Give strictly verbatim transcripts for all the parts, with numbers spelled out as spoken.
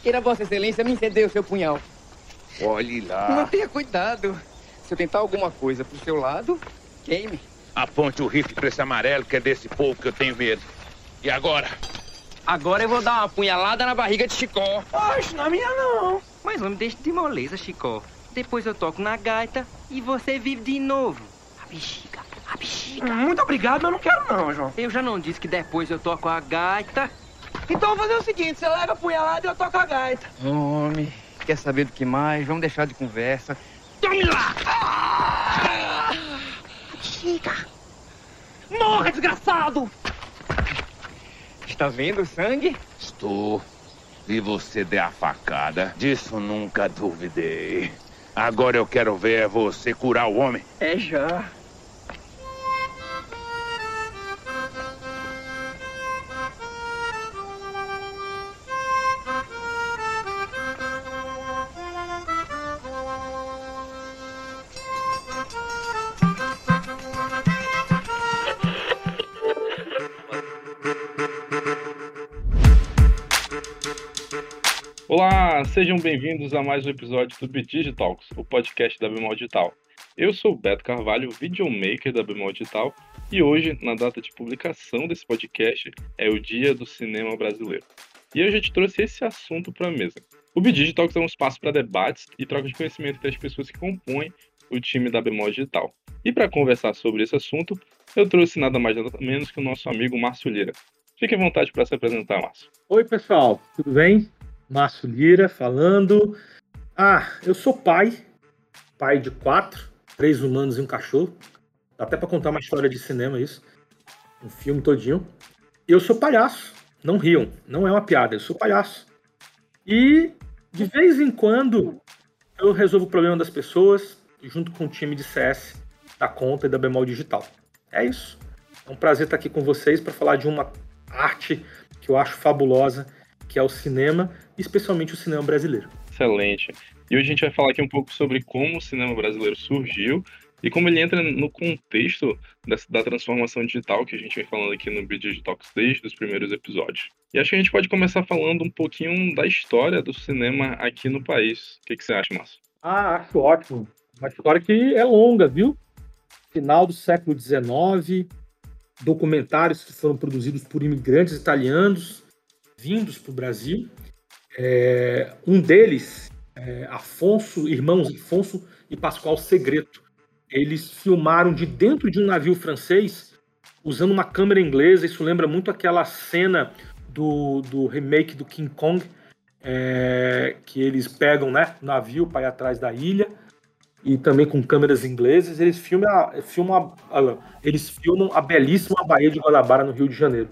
Queira Vossa Excelência me ceder o seu punhal. Olhe lá. Mantenha cuidado. Se eu tentar alguma coisa pro seu lado, queime. Aponte o rifle pra esse amarelo, que é desse povo que eu tenho medo. E agora? Agora eu vou dar uma punhalada na barriga de Chicó. Oxe, na minha não. Mas homem, deixa de moleza, Chicó. Depois eu toco na gaita e você vive de novo. A bexiga, a bexiga. Muito obrigado, mas eu não quero não, João. Eu já não disse que depois eu toco a gaita. Então vou fazer o seguinte, você leva a punhalada e eu toco a gaita. Homem, quer saber do que mais? Vamos deixar de conversa. Tome lá! Ah! Bexiga! Morra, desgraçado! Está vendo o sangue? Estou. Se você der a facada, disso nunca duvidei. Agora eu quero ver você curar o homem. É já. Olá, sejam bem-vindos a mais um episódio do BeDigi Talks, o podcast da Bemol Digital. Eu sou o Beto Carvalho, videomaker da Bemol Digital, e hoje, na data de publicação desse podcast, é o Dia do Cinema Brasileiro. E eu já te trouxe esse assunto para a mesa. O BeDigi Talks é um espaço para debates e troca de conhecimento entre as pessoas que compõem o time da Bemol Digital. E para conversar sobre esse assunto, eu trouxe nada mais nada menos que o nosso amigo Márcio Lira. Fique à vontade para se apresentar, Márcio. Oi, pessoal, tudo bem? Márcio Lira falando. Ah, eu sou pai, pai de quatro, três humanos e um cachorro. Dá até para contar uma história de cinema isso, um filme todinho. E eu sou palhaço, não riam, não é uma piada, eu sou palhaço. E de vez em quando eu resolvo o problema das pessoas junto com o time de C S da Conta e da Bemol Digital. É isso. É um prazer estar aqui com vocês para falar de uma arte que eu acho fabulosa, que é o cinema, especialmente o cinema brasileiro. Excelente. E hoje a gente vai falar aqui um pouco sobre como o cinema brasileiro surgiu e como ele entra no contexto dessa, da transformação digital que a gente vem falando aqui no BeDigi Talks desde os primeiros episódios. E acho que a gente pode começar falando um pouquinho da história do cinema aqui no país. O que, que você acha, Márcio? Ah, acho ótimo. Uma história que é longa, viu? Final do século dezenove, documentários que foram produzidos por imigrantes italianos vindos para o Brasil. É, um deles, é, Afonso, irmãos Afonso e Pascoal Segreto, eles filmaram de dentro de um navio francês usando uma câmera inglesa. Isso lembra muito aquela cena do, do remake do King Kong, é, que eles pegam, né, o navio para ir atrás da ilha, e também com câmeras inglesas. Eles filmam, a, filmam a, eles filmam a belíssima Baía de Guanabara, no Rio de Janeiro.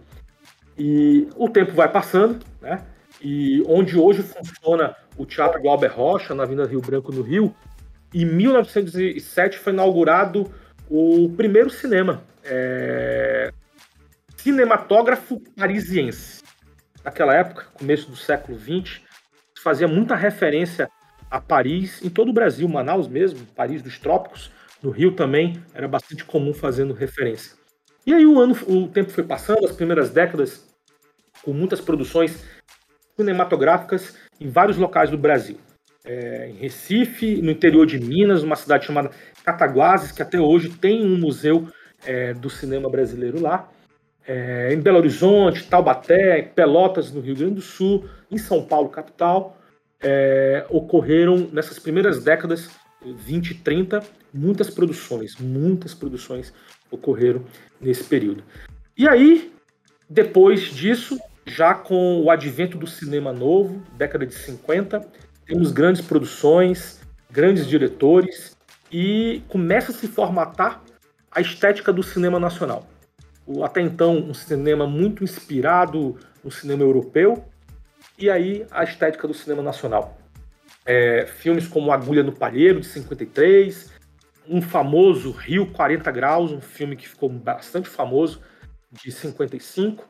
E o tempo vai passando, né? E onde hoje funciona o Teatro Glauber Rocha, na Avenida Rio Branco, no Rio, em mil novecentos e sete foi inaugurado o primeiro cinema, é... cinematógrafo parisiense. Naquela época, começo do século vinte, fazia muita referência a Paris, em todo o Brasil, Manaus mesmo, Paris dos Trópicos, no Rio também, era bastante comum fazendo referência. E aí o, ano, o tempo foi passando, as primeiras décadas, com muitas produções cinematográficas em vários locais do Brasil. É, em Recife, no interior de Minas, uma cidade chamada Cataguases, que até hoje tem um museu é, do cinema brasileiro lá. É, em Belo Horizonte, Taubaté, Pelotas, no Rio Grande do Sul, em São Paulo, capital, é, ocorreram nessas primeiras décadas, vinte e trinta, muitas produções, muitas produções ocorreram nesse período. E aí, depois disso, já com o advento do cinema novo, década de cinquenta, temos grandes produções, grandes diretores, e começa a se formatar a estética do cinema nacional. O, até então, um cinema muito inspirado no cinema europeu, e aí a estética do cinema nacional. É, filmes como Agulha no Palheiro, de cinquenta e três, um famoso Rio quarenta graus, um filme que ficou bastante famoso, de cinquenta e cinco,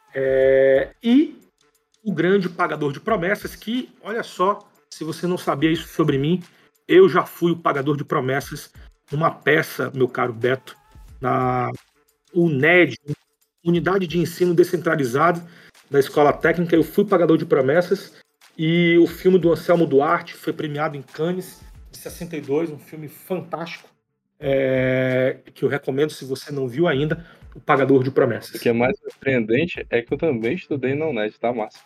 é, e O Grande Pagador de Promessas, que, olha só, se você não sabia isso sobre mim, eu já fui o pagador de promessas numa peça, meu caro Beto, na U N E D, Unidade de Ensino Descentralizado da Escola Técnica. Eu fui pagador de promessas E o filme do Anselmo Duarte foi premiado em Cannes, de sessenta e dois, um filme fantástico, é, que eu recomendo se você não viu ainda, O Pagador de Promessas. O que é mais surpreendente é que eu também estudei na UNED, tá, Márcio?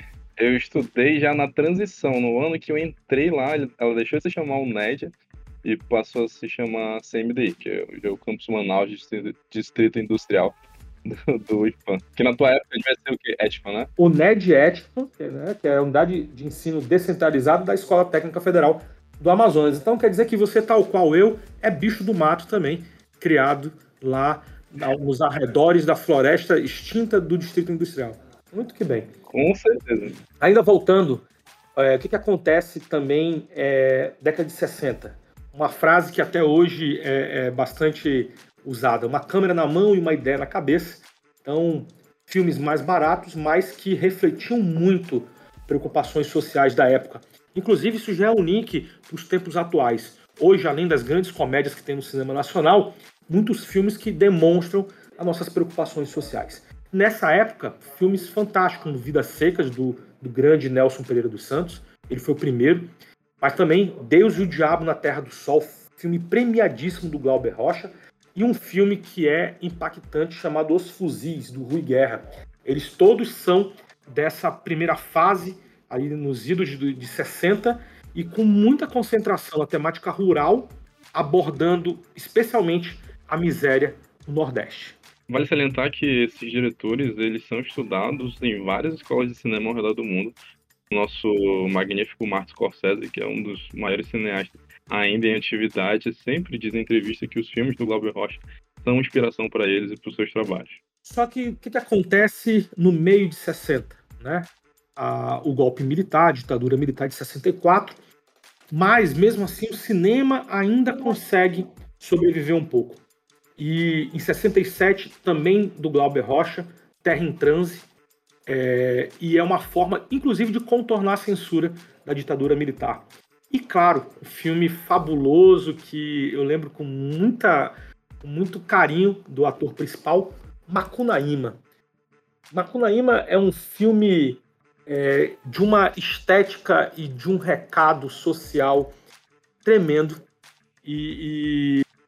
Eu estudei já na transição, no ano que eu entrei lá, ela deixou de se chamar UNED e passou a se chamar C M D I, que é o Campus Manaus Distrito, Distrito Industrial do, do I F A M. Que na tua época devia ser o quê? ETFA, né? UNED ETFA, né, que é a Unidade de Ensino Descentralizado da Escola Técnica Federal do Amazonas. Então quer dizer que você, tal qual eu, é bicho do mato também, criado lá nos arredores da floresta extinta do Distrito Industrial. Muito que bem. Com certeza. Ainda voltando, é, o que, que acontece também é década de sessenta? Uma frase que até hoje é, é bastante usada, uma câmera na mão e uma ideia na cabeça. Então, filmes mais baratos, mas que refletiam muito preocupações sociais da época. Inclusive, isso já é um link para os tempos atuais. Hoje, além das grandes comédias que tem no cinema nacional, muitos filmes que demonstram as nossas preocupações sociais. Nessa época, filmes fantásticos, como Vidas Secas, do, do grande Nelson Pereira dos Santos, ele foi o primeiro, mas também Deus e o Diabo na Terra do Sol, filme premiadíssimo do Glauber Rocha, e um filme que é impactante chamado Os Fuzis, do Rui Guerra. Eles todos são dessa primeira fase, ali nos idos de, de sessenta, e com muita concentração na temática rural, abordando especialmente a miséria no Nordeste. Vale salientar que esses diretores, eles são estudados em várias escolas de cinema ao redor do mundo. O nosso magnífico Martin Scorsese, que é um dos maiores cineastas ainda em atividade, sempre diz em entrevista que os filmes do Glauber Rocha são inspiração para eles e para os seus trabalhos. Só que o que, que acontece no meio de sessenta? Né? A, o golpe militar, a ditadura militar de sessenta e quatro, mas mesmo assim o cinema ainda consegue sobreviver um pouco. E em sessenta e sete, também do Glauber Rocha, Terra em Transe, é, e é uma forma, inclusive, de contornar a censura da ditadura militar. E, claro, um filme fabuloso que eu lembro com, muita, com muito carinho do ator principal, Macunaíma. Macunaíma é um filme é, de uma estética e de um recado social tremendo, e... e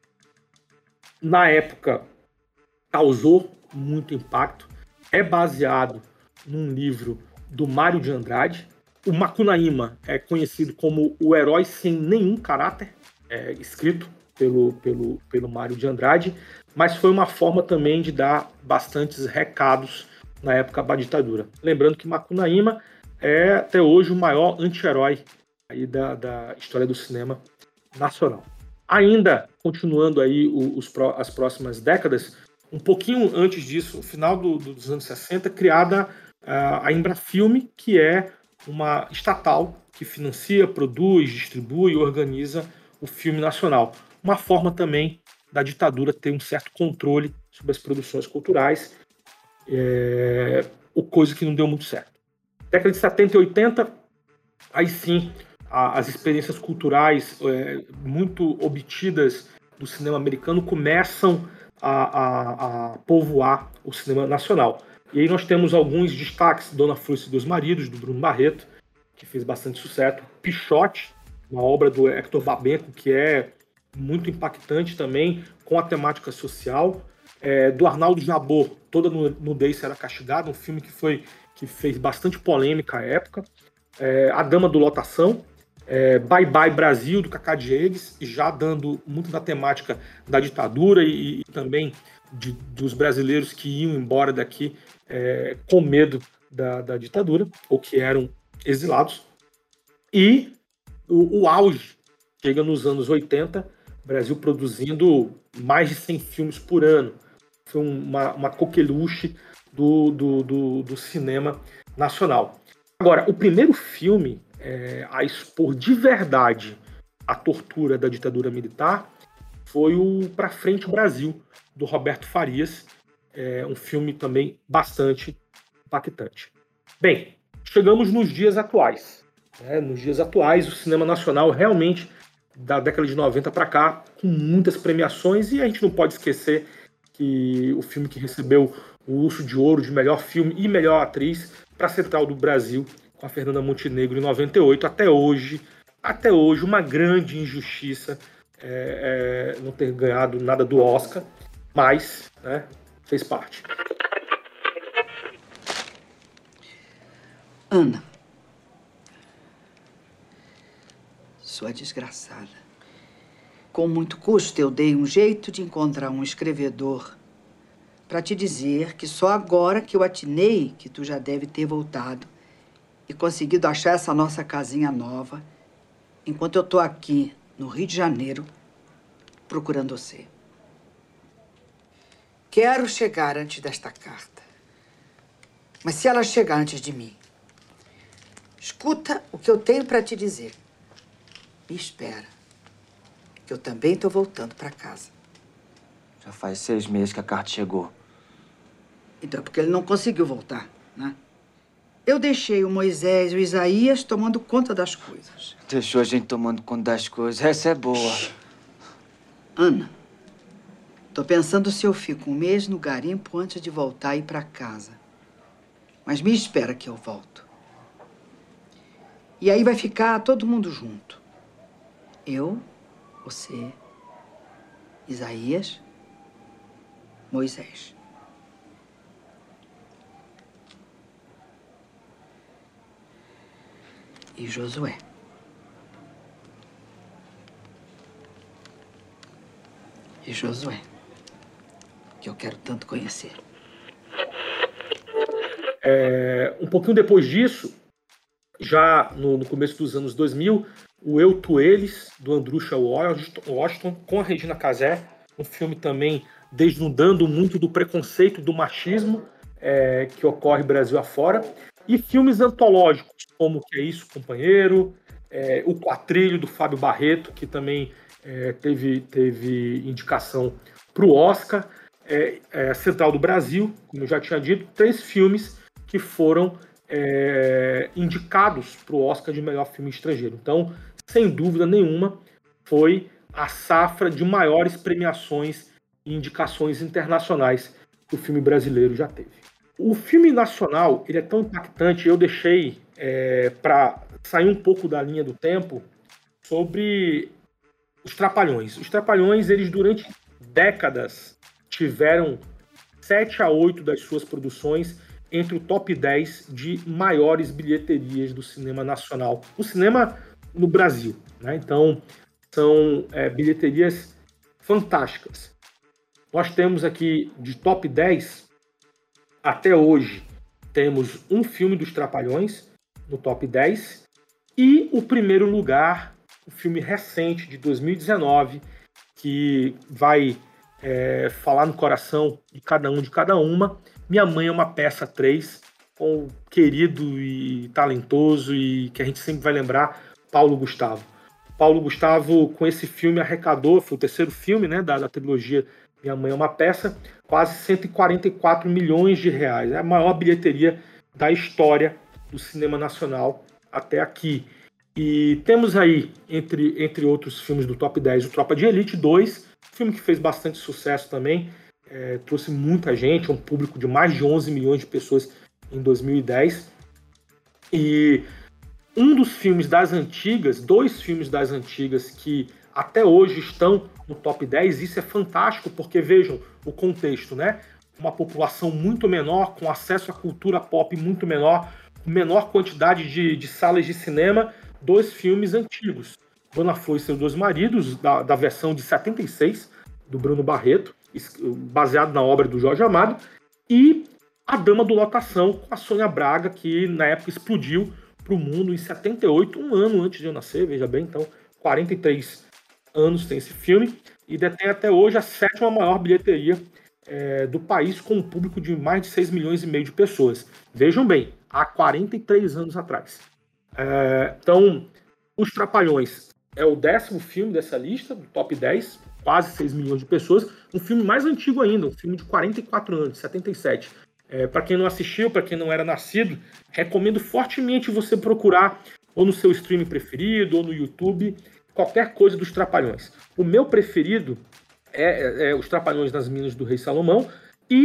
na época, causou muito impacto. É baseado num livro do Mário de Andrade. O Macunaíma é conhecido como o herói sem nenhum caráter, é, escrito pelo, pelo, pelo Mário de Andrade, mas foi uma forma também de dar bastantes recados na época da ditadura. Lembrando que Macunaíma é até hoje o maior anti-herói aí da, da história do cinema nacional. Ainda continuando aí os, as próximas décadas, um pouquinho antes disso, no final do, dos anos sessenta, criada uh, a Embrafilme, que é uma estatal que financia, produz, distribui e organiza o filme nacional. Uma forma também da ditadura ter um certo controle sobre as produções culturais, é, o coisa que não deu muito certo. Década de setenta e oitenta, aí sim, as experiências culturais é, muito obtidas do cinema americano começam a, a, a povoar o cinema nacional. E aí nós temos alguns destaques: Dona Flor e Dois Maridos, do Bruno Barreto, que fez bastante sucesso; Pichote, uma obra do Hector Babenco, que é muito impactante também, com a temática social; é, do Arnaldo Jabor, Toda Nudez Será Castigada, um filme que, foi, que fez bastante polêmica à época; é, A Dama do Lotação; É, Bye Bye Brasil, do Cacá Diegues, já dando muito da temática da ditadura e, e também de, dos brasileiros que iam embora daqui é, com medo da, da ditadura, ou que eram exilados. E o, o auge chega nos anos oitenta, Brasil produzindo mais de cem filmes por ano. Foi uma, uma coqueluche do, do, do, do cinema nacional. Agora, o primeiro filme É, a expor de verdade a tortura da ditadura militar foi o Pra Frente Brasil, do Roberto Farias, é, um filme também bastante impactante. Bem, chegamos nos dias atuais. Né? Nos dias atuais, o cinema nacional realmente, da década de noventa para cá, com muitas premiações, e a gente não pode esquecer que o filme que recebeu o Urso de Ouro de melhor filme e melhor atriz para a Central do Brasil, com a Fernanda Montenegro em noventa e oito, até hoje, até hoje, uma grande injustiça é, é, não ter ganhado nada do Oscar, mas, né, fez parte. Ana, sua desgraçada. Com muito custo, eu dei um jeito de encontrar um escrevedor para te dizer que só agora que eu atinei que tu já deve ter voltado e conseguido achar essa nossa casinha nova, enquanto eu tô aqui no Rio de Janeiro procurando você. Quero chegar antes desta carta. Mas se ela chegar antes de mim, escuta o que eu tenho para te dizer. Me espera, que eu também tô voltando para casa. Já faz seis meses que a carta chegou. Então é porque ele não conseguiu voltar, né? Eu deixei o Moisés e o Isaías tomando conta das coisas. Deixou a gente tomando conta das coisas. Essa é boa. Ana, tô pensando se eu fico um mês no garimpo antes de voltar e ir para casa. Mas me espera que eu volto. E aí vai ficar todo mundo junto. Eu, você, Isaías, Moisés. E Josué. E Josué, que eu quero tanto conhecer. É, um pouquinho depois disso, já no, no começo dos anos dois mil, o Eu, Tu, Eles, do Andrusha Washington, com a Regina Casé, um filme também desnudando muito do preconceito, do machismo é, que ocorre Brasil afora, e filmes antológicos, como Que É Isso, Companheiro, é, O Quatrilho, do Fábio Barreto, que também é, teve, teve indicação para o Oscar, é, é, Central do Brasil, como eu já tinha dito, três filmes que foram é, indicados para o Oscar de melhor filme estrangeiro. Então, sem dúvida nenhuma, foi a safra de maiores premiações e indicações internacionais que o filme brasileiro já teve. O filme nacional, ele é tão impactante, eu deixei é, para sair um pouco da linha do tempo sobre os Trapalhões. Os Trapalhões, eles durante décadas tiveram sete a oito das suas produções entre o top dez de maiores bilheterias do cinema nacional, o cinema no Brasil, né? Então, são é, bilheterias fantásticas. Nós temos aqui, de top dez, até hoje, temos um filme dos Trapalhões no top dez e o primeiro lugar, um filme recente de dois mil e dezenove, que vai é, falar no coração de cada um, de cada uma. Minha Mãe é uma Peça três, com o querido e talentoso e que a gente sempre vai lembrar, Paulo Gustavo. Paulo Gustavo, com esse filme, arrecadou, foi o terceiro filme, né, da, da trilogia Minha Mãe é uma Peça, quase cento e quarenta e quatro milhões de reais. É a maior bilheteria da história do cinema nacional até aqui. E temos aí, entre, entre outros filmes do top dez, o Tropa de Elite dois, filme que fez bastante sucesso também, é, trouxe muita gente, um público de mais de onze milhões de pessoas em dois mil e dez. E um dos filmes das antigas, dois filmes das antigas que até hoje estão no top dez, isso é fantástico, porque vejam o contexto, né? Uma população muito menor, com acesso à cultura pop muito menor, com menor quantidade de, de salas de cinema, dois filmes antigos. Dona Flor e Seus Dois Maridos, da, da versão de setenta e seis, do Bruno Barreto, baseado na obra do Jorge Amado, e A Dama do Lotação, com a Sônia Braga, que na época explodiu para o mundo em setenta e oito, um ano antes de eu nascer, veja bem, então quarenta e três anos tem esse filme, e detém até hoje a sétima maior bilheteria é, do país, com um público de mais de seis milhões e meio de pessoas. Vejam bem, há quarenta e três anos atrás. É, então, Os Trapalhões é o décimo filme dessa lista, do top dez, quase seis milhões de pessoas, um filme mais antigo ainda, um filme de quarenta e quatro anos, de setenta e sete. É, para quem não assistiu, para quem não era nascido, recomendo fortemente você procurar ou no seu streaming preferido, ou no YouTube, qualquer coisa dos Trapalhões. O meu preferido é, é, é Os Trapalhões nas Minas do Rei Salomão e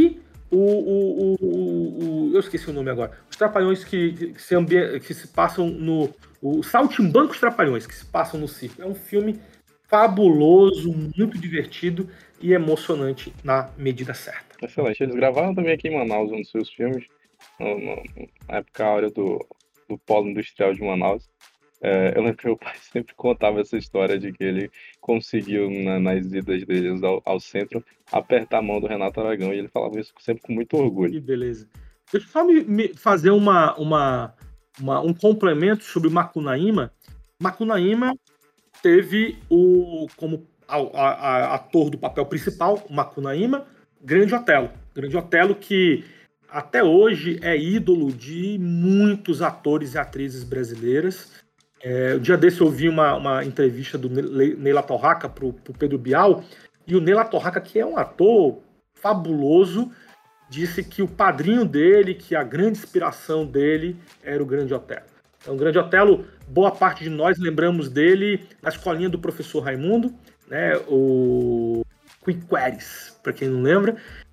o, o, o, o- eu esqueci o nome agora. Os Trapalhões que, que, se, ambi- que se passam no... O Saltimbancos Trapalhões, que se passam no circo. É um filme fabuloso, muito divertido e emocionante na medida certa. Excelente. Eles gravaram também aqui em Manaus um dos seus filmes, no- no- na época áurea do, do Polo Industrial de Manaus. É, eu lembro que meu pai sempre contava essa história de que ele conseguiu, na- nas idas deles ao, ao centro, apertar a mão do Renato Aragão, e ele falava isso sempre com muito orgulho. Que beleza. Deixa eu só me, me fazer uma, uma, uma- um complemento sobre Macunaíma. Macunaíma teve o como a- a- a- ator do papel principal, o Macunaíma, Grande Otelo. Grande Otelo que até hoje é ídolo de muitos atores e atrizes brasileiras. É, um dia desse eu vi uma, uma entrevista do Ne- Neila Torraca para o Pedro Bial, e o Neila Torraca, que é um ator fabuloso, disse que o padrinho dele, que a grande inspiração dele era o Grande Otelo. Então, o Grande Otelo, boa parte de nós lembramos dele na escolinha do professor Raimundo, né, o Quiqueres, para quem não lembra,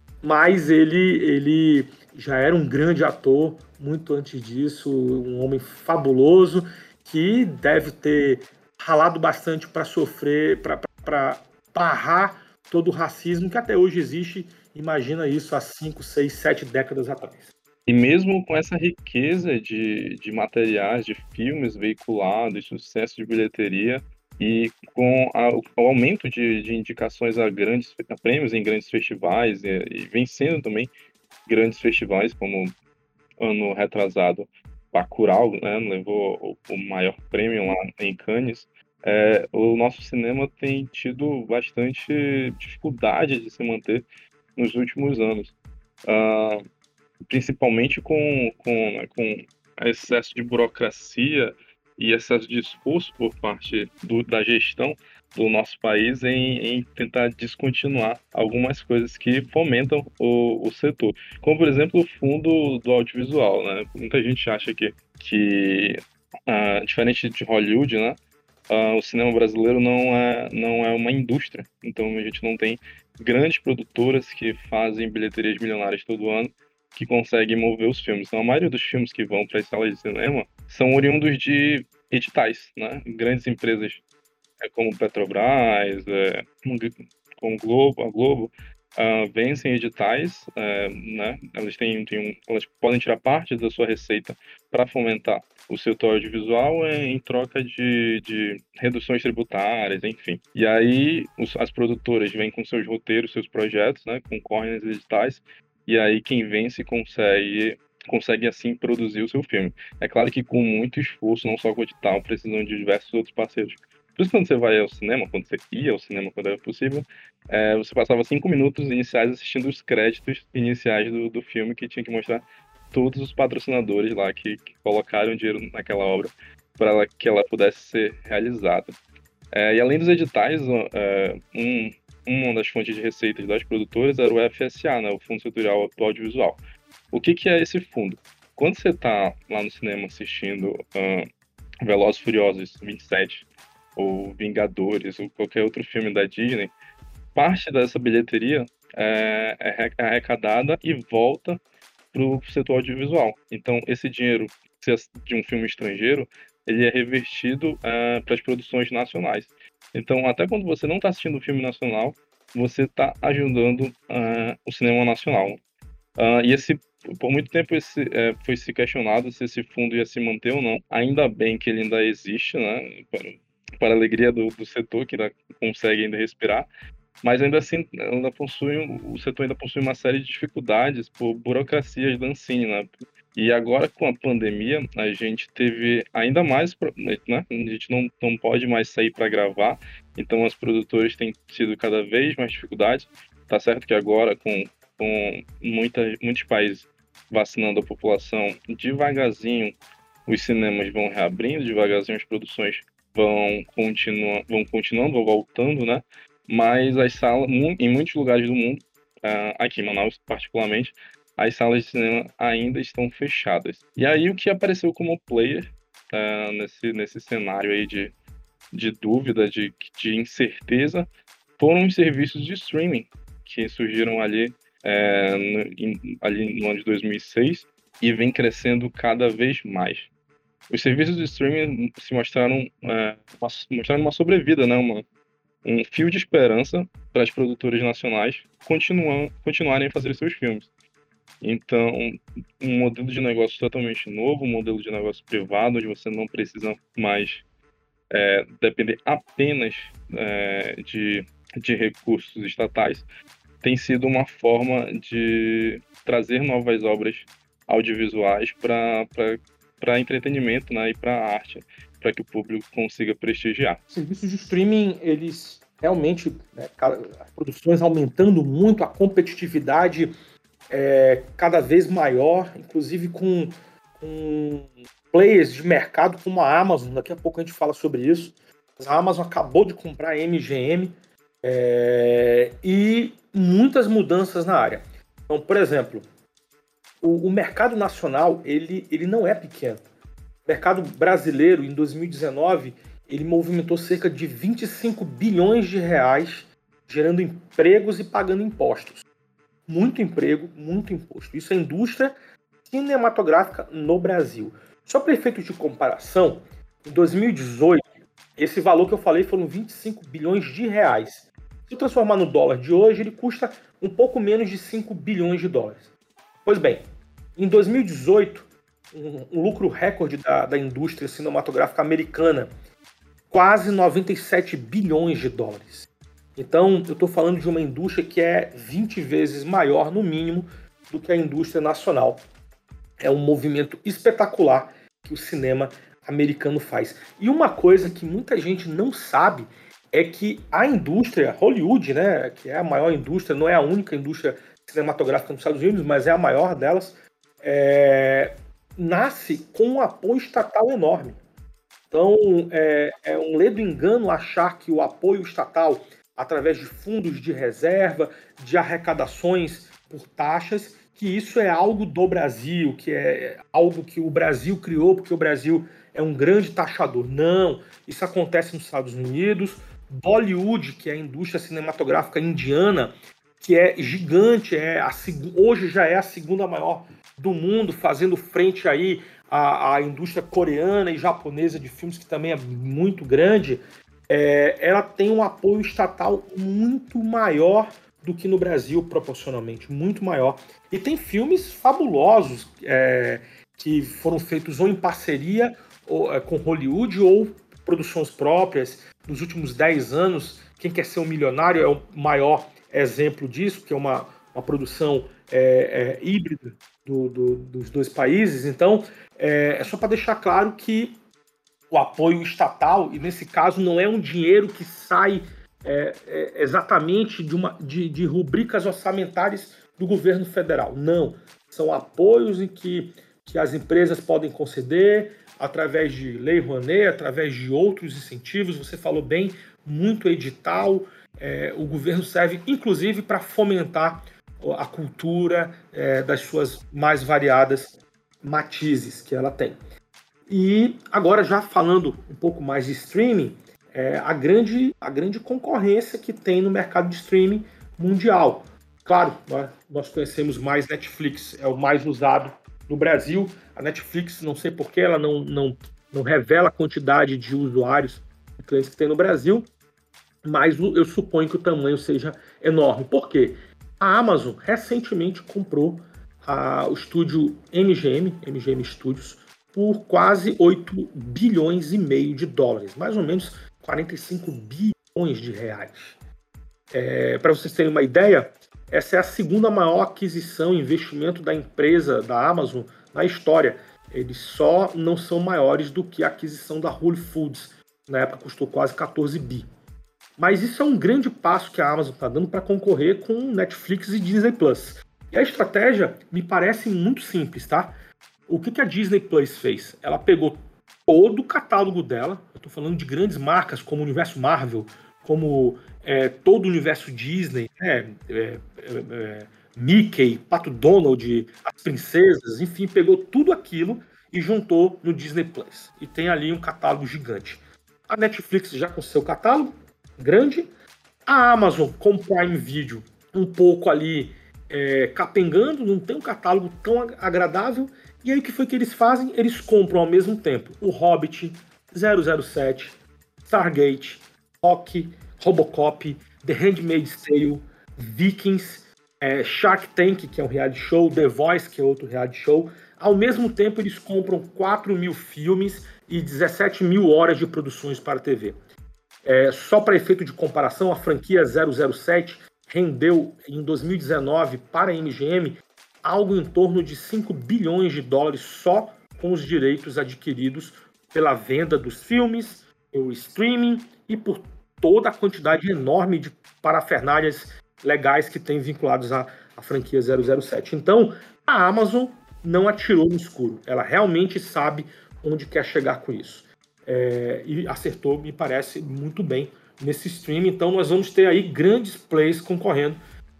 mas ele, ele já era um grande ator muito antes disso, um homem fabuloso que deve ter ralado bastante para sofrer, para barrar todo o racismo que até hoje existe. Imagina isso há cinco, seis, sete décadas atrás. E mesmo com essa riqueza de, de materiais, de filmes veiculados, sucesso de bilheteria, e com a- o aumento de, de indicações a grandes a prêmios em grandes festivais, e, e vencendo também grandes festivais, como ano retrasado, Bacurau, né, levou o, o maior prêmio lá em Cannes. É, o nosso cinema tem tido bastante dificuldade de se manter nos últimos anos. Ah, principalmente com, com, né, com excesso de burocracia e excesso de esforço por parte do, da gestão do nosso país em, em tentar descontinuar algumas coisas que fomentam o, o setor. Como, por exemplo, o fundo do audiovisual, né? Muita gente acha que, que ah, diferente de Hollywood, né? Ah, o cinema brasileiro não é, não é uma indústria. Então, a gente não tem grandes produtoras que fazem bilheterias milionárias todo ano que conseguem mover os filmes. Então, a maioria dos filmes que vão para as salas de cinema são oriundos de editais, né? Grandes empresas é, como Petrobras, é, como Globo, a Globo, ah, vencem editais, é, né? Elas têm, têm um, elas podem tirar parte da sua receita para fomentar o setor audiovisual em, em troca de, de reduções tributárias, enfim. E aí os, as produtoras vêm com seus roteiros, seus projetos, né? Concorrem nos editais, e aí quem vence consegue consegue assim produzir o seu filme. É claro que com muito esforço, não só com o edital, precisam de diversos outros parceiros. Por isso, quando você vai ao cinema, quando você ia ao cinema quando era possível, é, você passava cinco minutos iniciais assistindo os créditos iniciais do, do filme, que tinha que mostrar todos os patrocinadores lá que, que colocaram dinheiro naquela obra para que ela pudesse ser realizada. É, e além dos editais, é, um, uma das fontes de receitas das produtoras era o F S A, né, o Fundo Setorial do Audiovisual. O que, que é esse fundo? Quando você está lá no cinema assistindo uh, Velozes e Furiosos vinte e sete, ou Vingadores, ou qualquer outro filme da Disney, parte dessa bilheteria é, é arrecadada e volta para o setor audiovisual. Então, esse dinheiro de um filme estrangeiro, ele é revertido é, para as produções nacionais. Então, até quando você não está assistindo um filme nacional, você está ajudando uh, o cinema nacional. Uh, e esse, por muito tempo esse, é, foi se questionado se esse fundo ia se manter ou não. Ainda bem que ele ainda existe, né? Para, para a alegria do, do setor, que ainda consegue ainda respirar. Mas ainda assim, ainda possui, o setor ainda possui uma série de dificuldades por burocracias da Ancine, né? E agora, com a pandemia, a gente teve ainda mais, né? A gente não, não pode mais sair para gravar, então as produtoras têm tido cada vez mais dificuldades. Tá certo que agora, com, com muita, muitos países vacinando a população, devagarzinho os cinemas vão reabrindo, devagarzinho as produções vão, continua, vão continuando, vão voltando, né? Mas as salas, em muitos lugares do mundo, aqui em Manaus particularmente, as salas de cinema ainda estão fechadas. E aí o que apareceu como player uh, nesse, nesse cenário aí de, de dúvida, de, de incerteza, foram os serviços de streaming que surgiram ali é, no, ali no ano de dois mil e seis e vem crescendo cada vez mais. Os serviços de streaming se mostraram, é, uma, mostraram uma sobrevida, né? Uma, um fio de esperança para as produtoras nacionais continuam, continuarem a fazer seus filmes. Então, um modelo de negócio totalmente novo, um modelo de negócio privado, onde você não precisa mais é, depender apenas é, de, de recursos estatais, tem sido uma forma de trazer novas obras audiovisuais para entretenimento, né, e para arte, para que o público consiga prestigiar. Os serviços de streaming, eles realmente, né, as produções aumentando muito, a competitividade é, cada vez maior, inclusive com, com players de mercado como a Amazon. Daqui a pouco a gente fala sobre isso. A Amazon acabou de comprar a M G M é, e muitas mudanças na área. Então, por exemplo, o, o mercado nacional ele, ele não é pequeno. O mercado brasileiro, em dois mil e dezenove, ele movimentou cerca de vinte e cinco bilhões de reais, gerando empregos e pagando impostos. Muito emprego, muito imposto. Isso é indústria cinematográfica no Brasil. Só para efeitos de comparação, em dois mil e dezoito, esse valor que eu falei foram vinte e cinco bilhões de reais. Se transformar no dólar de hoje, ele custa um pouco menos de cinco bilhões de dólares. Pois bem, em dois mil e dezoito, um, um lucro recorde da, da indústria cinematográfica americana, quase noventa e sete bilhões de dólares. Então, eu estou falando de uma indústria que é vinte vezes maior, no mínimo, do que a indústria nacional. É um movimento espetacular que o cinema americano faz. E uma coisa que muita gente não sabe é que a indústria Hollywood, né, que é a maior indústria, não é a única indústria cinematográfica nos Estados Unidos, mas é a maior delas, é, nasce com um apoio estatal enorme. Então, é, é um ledo engano achar que o apoio estatal, através de fundos de reserva, de arrecadações por taxas, que isso é algo do Brasil, que é algo que o Brasil criou, porque o Brasil é um grande taxador. Não, isso acontece nos Estados Unidos. Bollywood, que é a indústria cinematográfica indiana, que é gigante, é a, hoje já é a segunda maior do mundo, fazendo frente aí à, à indústria coreana e japonesa de filmes, que também é muito grande. É, ela tem um apoio estatal muito maior do que no Brasil, proporcionalmente, muito maior. E tem filmes fabulosos é, que foram feitos ou em parceria ou, é, com Hollywood ou produções próprias. Nos últimos dez anos, Quem Quer Ser um Milionário é o maior exemplo disso, que é uma, uma produção é, é, híbrida do, do, dos dois países. Então, é, é só para deixar claro que o apoio estatal, e nesse caso não é um dinheiro que sai é, é, exatamente de, uma, de, de rubricas orçamentárias do governo federal. Não, são apoios em que, que as empresas podem conceder através de Lei Rouanet, através de outros incentivos. Você falou bem, muito edital. É, o governo serve, inclusive, para fomentar a cultura é, das suas mais variadas matizes que ela tem. E agora, já falando um pouco mais de streaming, é, a, grande, a grande concorrência que tem no mercado de streaming mundial. Claro, nós, nós conhecemos mais Netflix, é o mais usado no Brasil. A Netflix, não sei porquê, ela não, não, não revela a quantidade de usuários e clientes que tem no Brasil, mas eu suponho que o tamanho seja enorme. Por quê? A Amazon recentemente comprou a, o estúdio M G M, M G M Studios, por quase oito bilhões e meio de dólares, mais ou menos quarenta e cinco bilhões de reais. É, para vocês terem uma ideia, essa é a segunda maior aquisição e investimento da empresa, da Amazon, na história. Eles só não são maiores do que a aquisição da Whole Foods, na época custou quase quatorze bi. Mas isso é um grande passo que a Amazon está dando para concorrer com Netflix e Disney Plus. E a estratégia me parece muito simples, tá? O que a Disney Plus fez? Ela pegou todo o catálogo dela, eu estou falando de grandes marcas como o universo Marvel, como é, todo o universo Disney, né? é, é, é, Mickey, Pato Donald, as princesas, enfim, pegou tudo aquilo e juntou no Disney Plus. E tem ali um catálogo gigante. A Netflix já com seu catálogo grande, a Amazon com Prime Video um pouco ali é, capengando, não tem um catálogo tão agradável. E aí o que foi que eles fazem? Eles compram ao mesmo tempo o Hobbit, zero zero sete, Stargate, Rocky, Robocop, The Handmaid's Tale, Vikings, é, Shark Tank, que é um reality show, The Voice, que é outro reality show. Ao mesmo tempo, eles compram quatro mil filmes e dezessete mil horas de produções para a T V. É, só para efeito de comparação, a franquia zero zero sete rendeu, em dois mil e dezenove, para a M G M, algo em torno de cinco bilhões de dólares só com os direitos adquiridos pela venda dos filmes, pelo streaming e por toda a quantidade enorme de parafernálias legais que tem vinculados à, à franquia zero zero sete. Então, a Amazon não atirou no escuro. Ela realmente sabe onde quer chegar com isso. É, e acertou, me parece, muito bem nesse stream. Então, nós vamos ter aí grandes plays concorrendo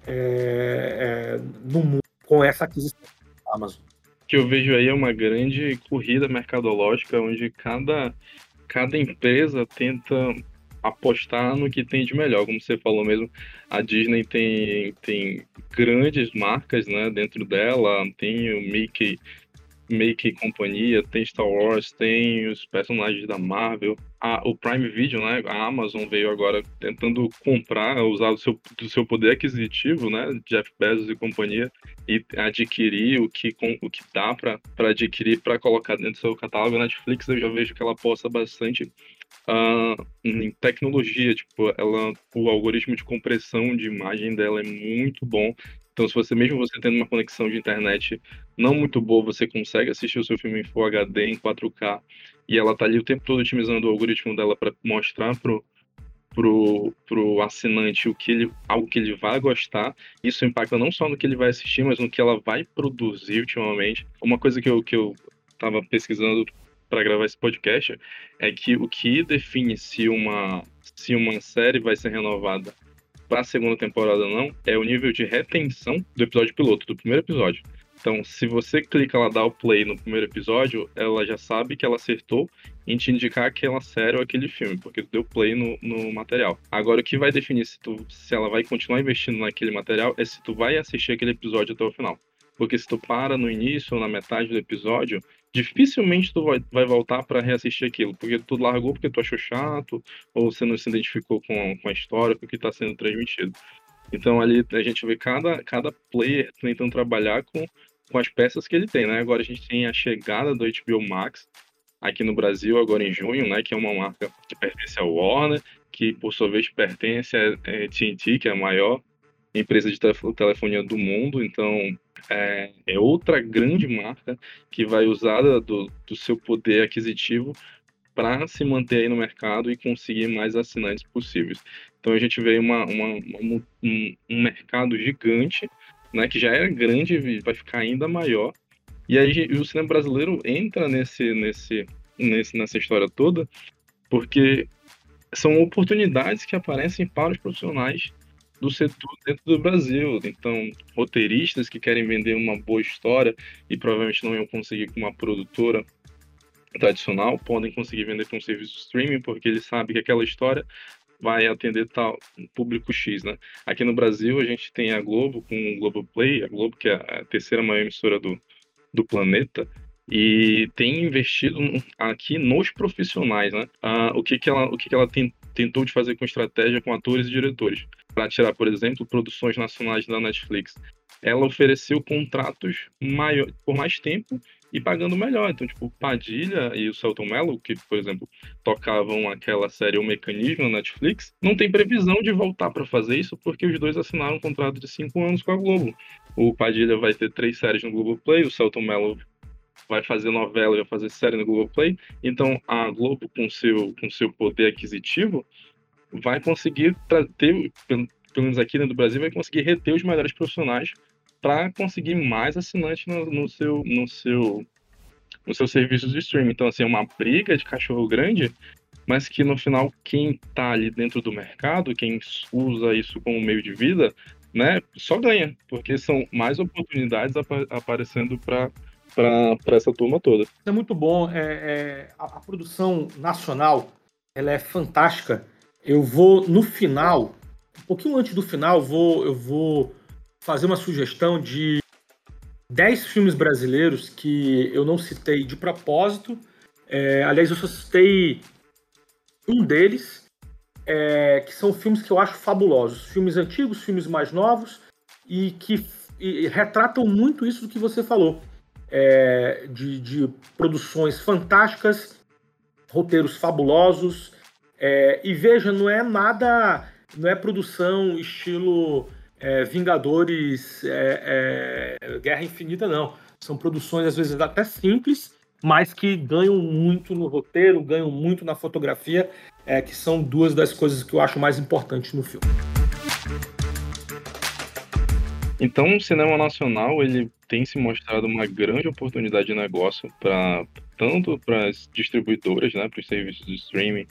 é, é, no mundo com essa aquisição da Amazon. O que eu vejo aí é uma grande corrida mercadológica, onde cada, cada empresa tenta apostar no que tem de melhor. Como você falou mesmo, a Disney tem, tem grandes marcas, né, dentro dela, tem o Mickey, Mickey e companhia, tem Star Wars, tem os personagens da Marvel, a, o Prime Video, né, a Amazon veio agora tentando comprar, usar do seu, do seu poder aquisitivo, né, Jeff Bezos e companhia, e adquirir o que, com, o que dá para adquirir, para colocar dentro do seu catálogo. A Netflix eu já vejo que ela aposta bastante Uh, em tecnologia, tipo, ela, o algoritmo de compressão de imagem dela é muito bom. Então, se você, mesmo você tendo uma conexão de internet não muito boa, você consegue assistir o seu filme em Full H D, em quatro K, e ela tá ali o tempo todo otimizando o algoritmo dela para mostrar pro, pro, pro assinante o que ele, algo que ele vai gostar. Isso impacta não só no que ele vai assistir, mas no que ela vai produzir ultimamente. Uma coisa que eu, que eu tava pesquisando para gravar esse podcast é que o que define se uma, se uma série vai ser renovada para a segunda temporada ou não é o nível de retenção do episódio piloto, do primeiro episódio. Então, se você clica lá, dá o play no primeiro episódio, ela já sabe que ela acertou em te indicar aquela série ou aquele filme, porque tu deu play no, no material. Agora, o que vai definir se, tu, se ela vai continuar investindo naquele material é se tu vai assistir aquele episódio até o final. Porque se tu para no início ou na metade do episódio, dificilmente tu vai, vai voltar para reassistir aquilo, porque tu largou porque tu achou chato, ou você não se identificou com, com a história, com o que está sendo transmitido. Então ali a gente vê cada, cada player tentando trabalhar com, com as peças que ele tem, né? Agora a gente tem a chegada do H B O Max aqui no Brasil, agora em junho, né? Que é uma marca que pertence ao Warner, que por sua vez pertence à A T and T, que é a maior empresa de telefonia do mundo. Então é, é outra grande marca que vai usar do, do seu poder aquisitivo para se manter aí no mercado e conseguir mais assinantes possíveis. Então a gente vê uma, uma, uma, um, um mercado gigante, né, que já era grande e vai ficar ainda maior. E aí o cinema brasileiro entra nesse, nesse, nesse, nessa história toda, porque são oportunidades que aparecem para os profissionais do setor dentro do Brasil. Então, roteiristas que querem vender uma boa história e provavelmente não iam conseguir com uma produtora tradicional, podem conseguir vender para um serviço de streaming, porque eles sabem que aquela história vai atender tal público X, né? Aqui no Brasil, a gente tem a Globo com o Globoplay, a Globo que é a terceira maior emissora do, do planeta, e tem investido aqui nos profissionais, né? Ah, o que que ela, o que que ela tem, tentou de fazer com estratégia com atores e diretores. Para tirar, por exemplo, produções nacionais da Netflix. Ela ofereceu contratos maior, por mais tempo e pagando melhor. Então, tipo, Padilha e o Selton Mello, que, por exemplo, tocavam aquela série O Mecanismo na Netflix, não tem previsão de voltar para fazer isso porque os dois assinaram um contrato de cinco anos com a Globo. O Padilha vai ter três séries no Globoplay, o Selton Mello vai fazer novela e vai fazer série no Globoplay. Então, a Globo, com seu, com seu poder aquisitivo, vai conseguir ter, pelo menos aqui dentro do Brasil, vai conseguir reter os melhores profissionais para conseguir mais assinantes no, no, seu, no, seu, no seu serviço de streaming. Então, assim, é uma briga de cachorro grande, mas que no final, quem está ali dentro do mercado, quem usa isso como meio de vida, né, só ganha, porque são mais oportunidades ap aparecendo para para essa turma toda. É muito bom. É, é, a, a produção nacional, ela é fantástica. Eu vou, no final, um pouquinho antes do final, vou, eu vou fazer uma sugestão de dez filmes brasileiros que eu não citei de propósito. É, aliás, eu só citei um deles, é, que são filmes que eu acho fabulosos. Filmes antigos, filmes mais novos, e que e retratam muito isso do que você falou. É, de, de produções fantásticas, roteiros fabulosos. É, e veja, não é nada... Não é produção estilo é, Vingadores, é, é, Guerra Infinita, não. São produções, às vezes, até simples, mas que ganham muito no roteiro, ganham muito na fotografia, é, que são duas das coisas que eu acho mais importantes no filme. Então, o cinema nacional ele tem se mostrado uma grande oportunidade de negócio para tanto para as distribuidoras, né, para os serviços de streaming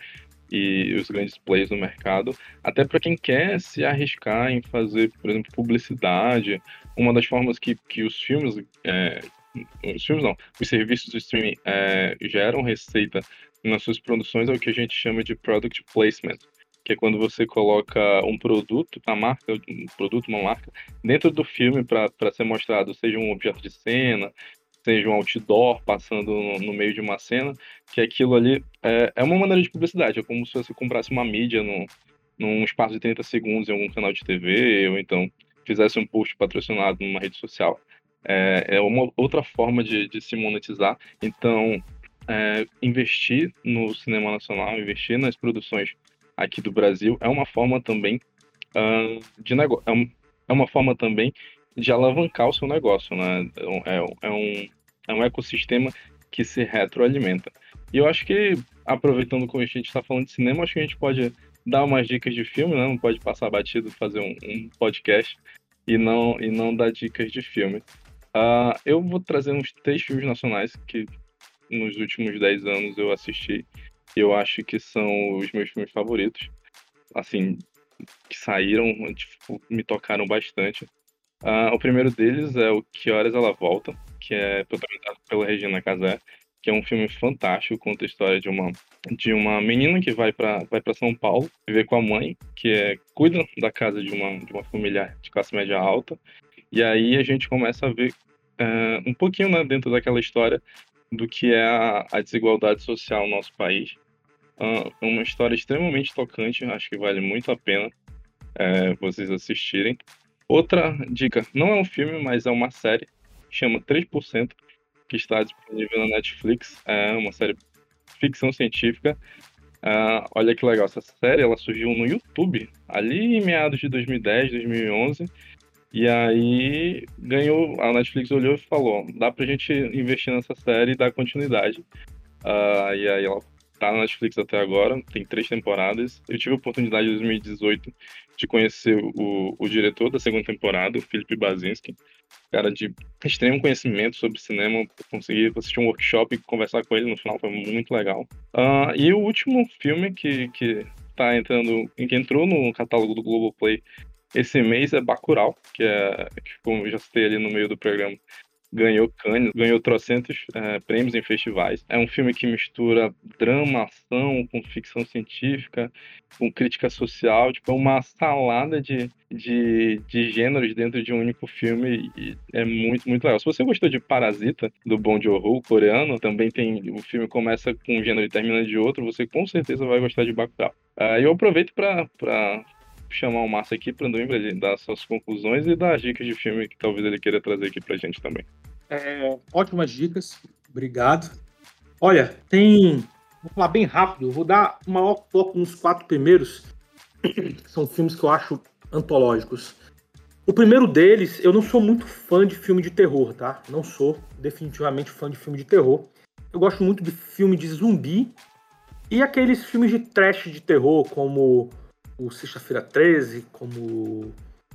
e os grandes players no mercado, até para quem quer se arriscar em fazer, por exemplo, publicidade. Uma das formas que, que os filmes, é, os filmes não, os serviços de streaming é, geram receita nas suas produções é o que a gente chama de product placement, que é quando você coloca um produto, a marca, um produto, uma marca, dentro do filme para ser mostrado, seja um objeto de cena, seja um outdoor passando no, no meio de uma cena, que aquilo ali é, é uma maneira de publicidade, é como se você comprasse uma mídia no, num espaço de trinta segundos em algum canal de T V, ou então fizesse um post patrocinado numa rede social. É, é uma outra forma de, de se monetizar. Então, é, investir no cinema nacional, investir nas produções aqui do Brasil é uma forma também uh, de negócio, é, um, é uma forma também de alavancar o seu negócio, né? É, é, um, é um ecossistema que se retroalimenta. E eu acho que, aproveitando que a gente está falando de cinema, acho que a gente pode dar umas dicas de filme, né? Não pode passar batido, fazer um, um podcast e não, e não dar dicas de filme. Uh, eu vou trazer uns três filmes nacionais que nos últimos dez anos eu assisti. Eu acho que são os meus filmes favoritos, assim, que saíram, tipo, me tocaram bastante. Uh, o primeiro deles é o Que Horas Ela Volta, que é protagonizado pela Regina Casé, que é um filme fantástico, conta a história de uma, de uma menina que vai para vai para São Paulo viver com a mãe, que é, cuida da casa de uma, de uma família de classe média alta, e aí a gente começa a ver uh, um pouquinho, né, dentro daquela história do que é a, a desigualdade social no nosso país. É uh, uma história extremamente tocante, acho que vale muito a pena uh, vocês assistirem. Outra dica, não é um filme, mas é uma série, chama três por cento, que está disponível na Netflix. É uma série de ficção científica. Uh, olha que legal, essa série ela surgiu no YouTube, ali em meados de dois mil e dez, dois mil e onze, e aí ganhou, a Netflix olhou e falou, dá pra gente investir nessa série e dar continuidade. Uh, e aí ela tá na Netflix até agora, tem três temporadas. Eu tive a oportunidade em dois mil e dezoito de conhecer o, o diretor da segunda temporada, o Felipe Basinski, cara de extremo conhecimento sobre cinema. Eu consegui assistir um workshop e conversar com ele no final, foi muito legal. Uh, e o último filme que, que tá entrando, que entrou no catálogo do Globoplay esse mês é Bacurau, que é, que, como eu já citei ali no meio do programa, ganhou Cannes, ganhou trocentos é, prêmios em festivais. É um filme que mistura drama, ação, com ficção científica, com crítica social, tipo, é uma salada de, de, de gêneros dentro de um único filme, e é muito, muito legal. Se você gostou de Parasita, do Bong Joon-ho, coreano, também tem, o filme começa com um gênero e termina de outro, você com certeza vai gostar de Bacurau. Uh, eu aproveito para chamar o Márcio aqui para ele dar suas conclusões e dar dicas de filme que talvez ele queira trazer aqui pra gente também. É, ótimas dicas, obrigado. Olha, tem... Vou falar bem rápido, eu vou dar o maior foco nos quatro primeiros, que são filmes que eu acho antológicos. O primeiro deles, eu não sou muito fã de filme de terror, tá? Não sou definitivamente fã de filme de terror. Eu gosto muito de filme de zumbi e aqueles filmes de trash de terror, como o Sexta-feira treze, como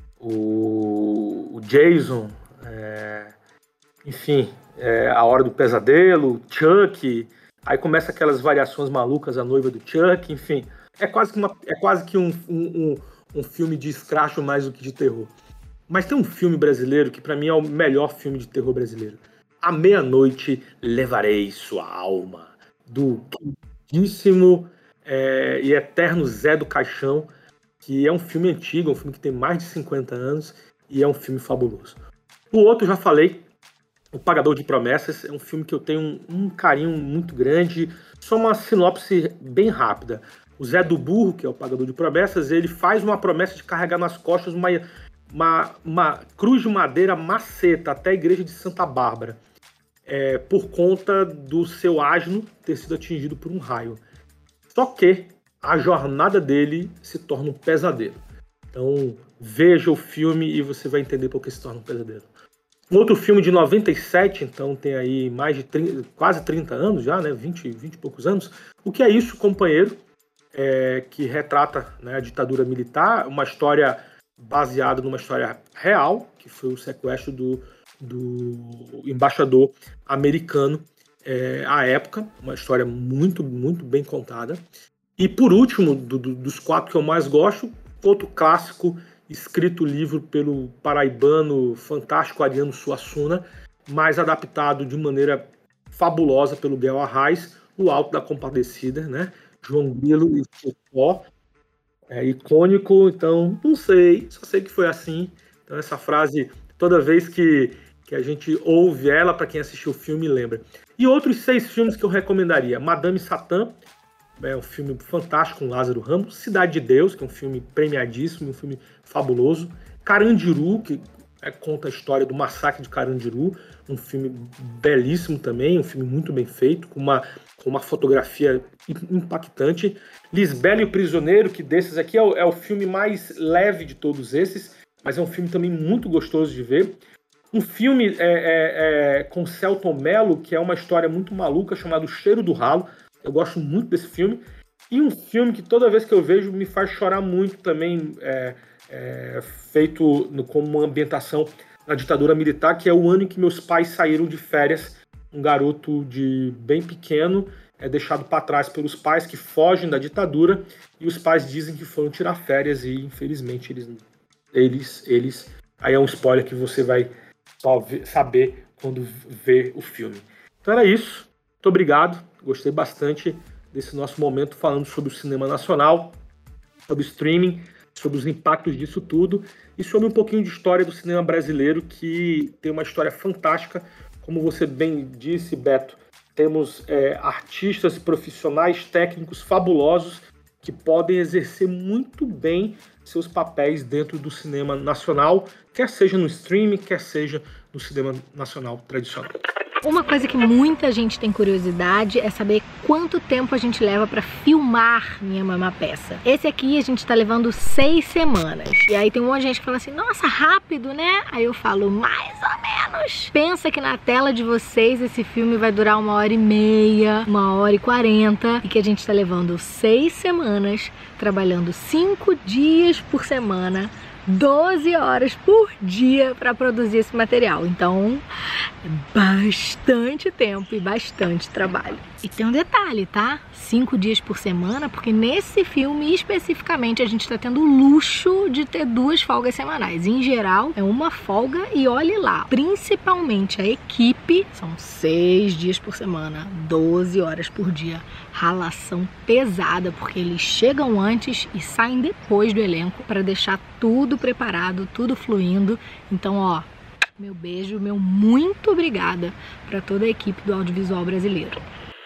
o, o Jason, é... enfim, é... A Hora do Pesadelo, Chuck, aí começa aquelas variações malucas, A Noiva do Chuck, enfim, é quase que, uma... é quase que um, um, um, um filme de escracho mais do que de terror. Mas tem um filme brasileiro que pra mim é o melhor filme de terror brasileiro. À Meia-Noite Levarei Sua Alma, do queridíssimo É, e eterno Zé do Caixão, que é um filme antigo, um filme que tem mais de cinquenta anos, e é um filme fabuloso. O outro, já falei, O Pagador de Promessas, é um filme que eu tenho um, um carinho muito grande. Só uma sinopse bem rápida. O Zé do Burro, que é o Pagador de Promessas, ele faz uma promessa de carregar nas costas uma, uma, uma cruz de madeira maceta até a igreja de Santa Bárbara, é, por conta do seu asno ter sido atingido por um raio. Só que a jornada dele se torna um pesadelo. Então, veja o filme e você vai entender por que se torna um pesadelo. Um outro filme de noventa e sete, então tem aí mais de trinta, quase trinta anos já, né? vinte, vinte e poucos anos. O que é isso, companheiro? É, que retrata, né, a ditadura militar, uma história baseada numa história real, que foi o sequestro do, do embaixador americano é, à época. Uma história muito, muito bem contada. E por último, do, do, dos quatro que eu mais gosto, outro clássico, escrito livro pelo paraibano fantástico Ariano Suassuna, mas adaptado de maneira fabulosa pelo Guel Arraes, O Alto da Compadecida, né? João Grilo e Chicó, é icônico, então não sei, só sei que foi assim. Então essa frase, toda vez que, que a gente ouve ela, para quem assistiu o filme, lembra. E outros seis filmes que eu recomendaria: Madame Satã, é um filme fantástico com Lázaro Ramos. Cidade de Deus, que é um filme premiadíssimo, um filme fabuloso. Carandiru, que é, conta a história do massacre de Carandiru, um filme belíssimo também, um filme muito bem feito, com uma, com uma fotografia impactante. Lisbela e o Prisioneiro, que desses aqui é o, é o filme mais leve de todos esses, mas é um filme também muito gostoso de ver. Um filme é, é, é, com Selton Mello, que é uma história muito maluca, chamado Cheiro do Ralo. Eu gosto muito desse filme. E um filme que toda vez que eu vejo me faz chorar muito também, é, é, feito no, como uma ambientação na ditadura militar, que é O Ano em que Meus Pais Saíram de Férias. Um garoto de bem pequeno é deixado para trás pelos pais que fogem da ditadura, e os pais dizem que foram tirar férias e, infelizmente, eles... eles, eles aí é um spoiler que você vai só ver, saber quando ver o filme. Então era isso. Muito obrigado. Gostei bastante desse nosso momento falando sobre o cinema nacional, sobre streaming, sobre os impactos disso tudo e sobre um pouquinho de história do cinema brasileiro, que tem uma história fantástica. Como você bem disse, Beto, temos é, artistas e profissionais técnicos fabulosos que podem exercer muito bem seus papéis dentro do cinema nacional, quer seja no streaming, quer seja no cinema nacional tradicional. Uma coisa que muita gente tem curiosidade é saber quanto tempo a gente leva pra filmar Minha Mãe Peça. Esse aqui a gente tá levando seis semanas. E aí tem um monte de gente que fala assim, nossa, rápido, né? Aí eu falo, mais ou menos. Pensa que na tela de vocês esse filme vai durar uma hora e meia, uma hora e quarenta, e que a gente tá levando seis semanas, trabalhando cinco dias por semana, doze horas por dia para produzir esse material. Então, é bastante tempo e bastante trabalho. E tem um detalhe, tá? Cinco dias por semana, porque nesse filme especificamente a gente está tendo o luxo de ter duas folgas semanais. Em geral, é uma folga e olhe lá. Principalmente a equipe, são seis dias por semana, doze horas por dia. Ralação pesada, porque eles chegam antes e saem depois do elenco para deixar tudo preparado, tudo fluindo. Então, ó, meu beijo, meu muito obrigada para toda a equipe do audiovisual brasileiro.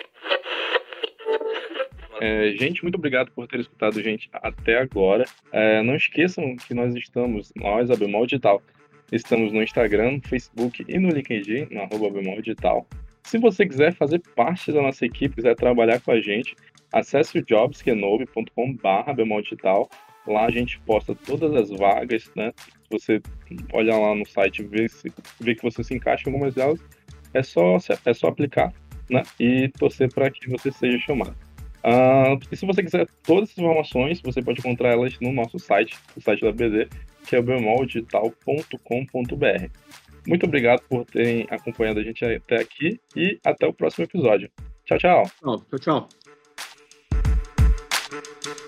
É, gente, muito obrigado por ter escutado a gente até agora. É, não esqueçam que nós estamos, nós, a Bemol Digital, estamos no Instagram, no Facebook e no LinkedIn, no arroba Bemol Digital. Se você quiser fazer parte da nossa equipe, quiser trabalhar com a gente, acesse o jobskenobi ponto com barra Bemol Digital. Lá a gente posta todas as vagas, né? Você olha lá no site, vê, se, vê que você se encaixa em algumas delas, é só, é só aplicar, né? E torcer para que você seja chamado. Uh, e se você quiser todas as informações, você pode encontrar elas no nosso site, o site da B D, que é o bemol digital ponto com ponto b r. Muito obrigado por terem acompanhado a gente até aqui e até o próximo episódio. Tchau, tchau. Tchau, tchau.